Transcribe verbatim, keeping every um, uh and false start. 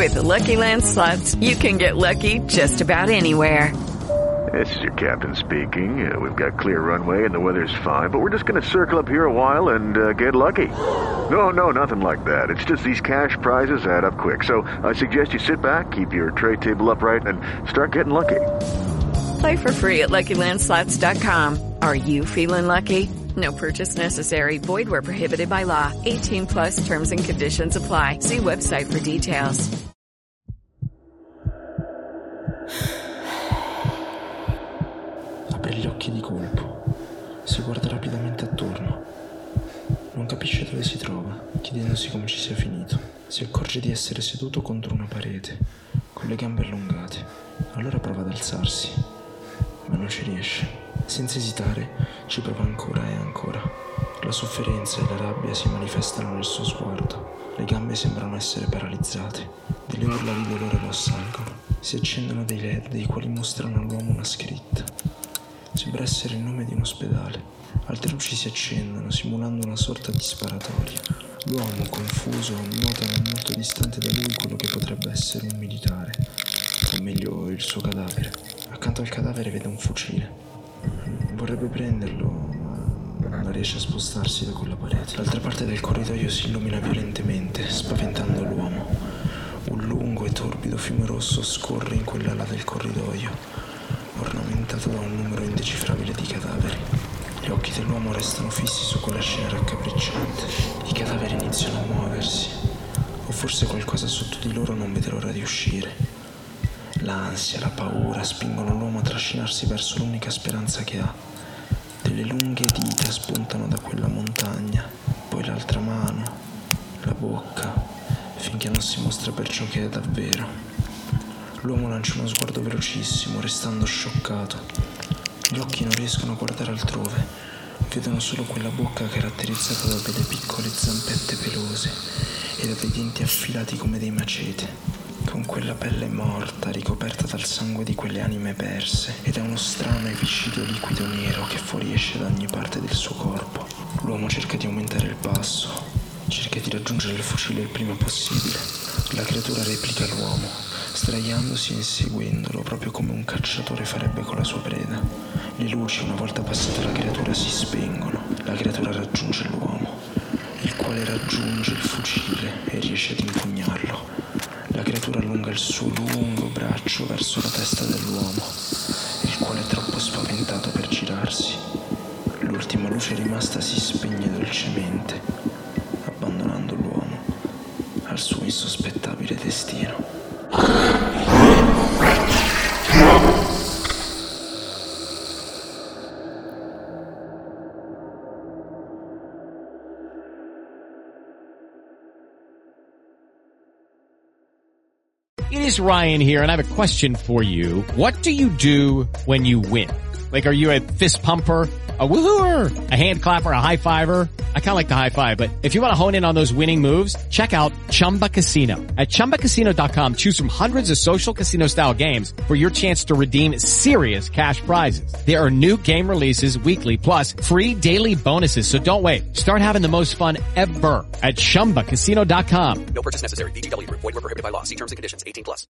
With the Lucky Land Slots, you can get lucky just about anywhere. This is your captain speaking. Uh, we've got clear runway and the weather's fine, but we're just going to circle up here a while and uh, get lucky. No, no, nothing like that. It's just these cash prizes add up quick. So I suggest you sit back, keep your tray table upright, and start getting lucky. Play for free at Lucky Land Slots dot com. Are you feeling lucky? No purchase necessary. Void where prohibited by law. eighteen plus terms and conditions apply. See website for details. Apre gli occhi di colpo. Si guarda rapidamente attorno. Non capisce dove si trova, chiedendosi come ci sia finito. Si accorge di essere seduto contro una parete, con le gambe allungate. Allora prova ad alzarsi, ma non ci riesce. Senza esitare, ci prova ancora e ancora. La sofferenza e la rabbia si manifestano nel suo sguardo. Le gambe sembrano essere paralizzate. Delle urla di dolore lo assalgono. Si accendono dei led dei quali mostrano all'uomo una scritta. Sembra essere il nome di un ospedale. Altre luci si accendono, simulando una sorta di sparatoria. L'uomo, confuso, nota non molto distante da lui quello che potrebbe essere un militare, o meglio il suo cadavere. Accanto al cadavere vede un fucile. Vorrebbe prenderlo, ma non riesce a spostarsi da quella parete. L'altra parte del corridoio si illumina violentemente, spaventando l'uomo. Un lungo e torbido fiume rosso scorre in quell'ala del corridoio, ornamentato da un numero indecifrabile di cadaveri. Gli occhi dell'uomo restano fissi su quella scena raccapricciante. I cadaveri iniziano a muoversi, o forse qualcosa sotto di loro non vede l'ora di uscire. L'ansia, la paura spingono l'uomo a trascinarsi verso l'unica speranza che ha. Delle lunghe dita spuntano da quella montagna, poi l'altra mano, la bocca, finché non si mostra per ciò che è davvero. L'uomo lancia uno sguardo velocissimo, restando scioccato. Gli occhi non riescono a guardare altrove, vedono solo quella bocca caratterizzata da delle piccole zampette pelose e da dei denti affilati come dei macete, con quella pelle morta ricoperta dal sangue di quelle anime perse e da uno strano e viscido liquido nero che fuoriesce da ogni parte del suo corpo. L'uomo cerca di aumentare il passo, cerca di raggiungere il fucile il prima possibile. La creatura replica l'uomo, sdraiandosi e inseguendolo proprio come un cacciatore farebbe con la sua preda. Le luci, una volta passata la creatura, si spengono. La creatura raggiunge l'uomo, il quale raggiunge il fucile e riesce ad impugnarlo. La creatura allunga il suo lungo braccio verso la testa dell'uomo, il quale è troppo spaventato per girarsi. L'ultima luce rimasta si spegne dolcemente, abbandonando l'uomo al suo insospettabile destino. It is Ryan here, and I have a question for you. What do you do when you win? Like, are you a fist pumper, a woohooer, a hand clapper, a high fiver? I kind of like the high five, but if you want to hone in on those winning moves, check out Chumba Casino. At chumba casino dot com, choose from hundreds of social casino style games for your chance to redeem serious cash prizes. There are new game releases weekly, plus free daily bonuses. So don't wait. Start having the most fun ever at chumba casino dot com. No purchase necessary. V G W Group. Void where prohibited by law. See terms and conditions. eighteen plus.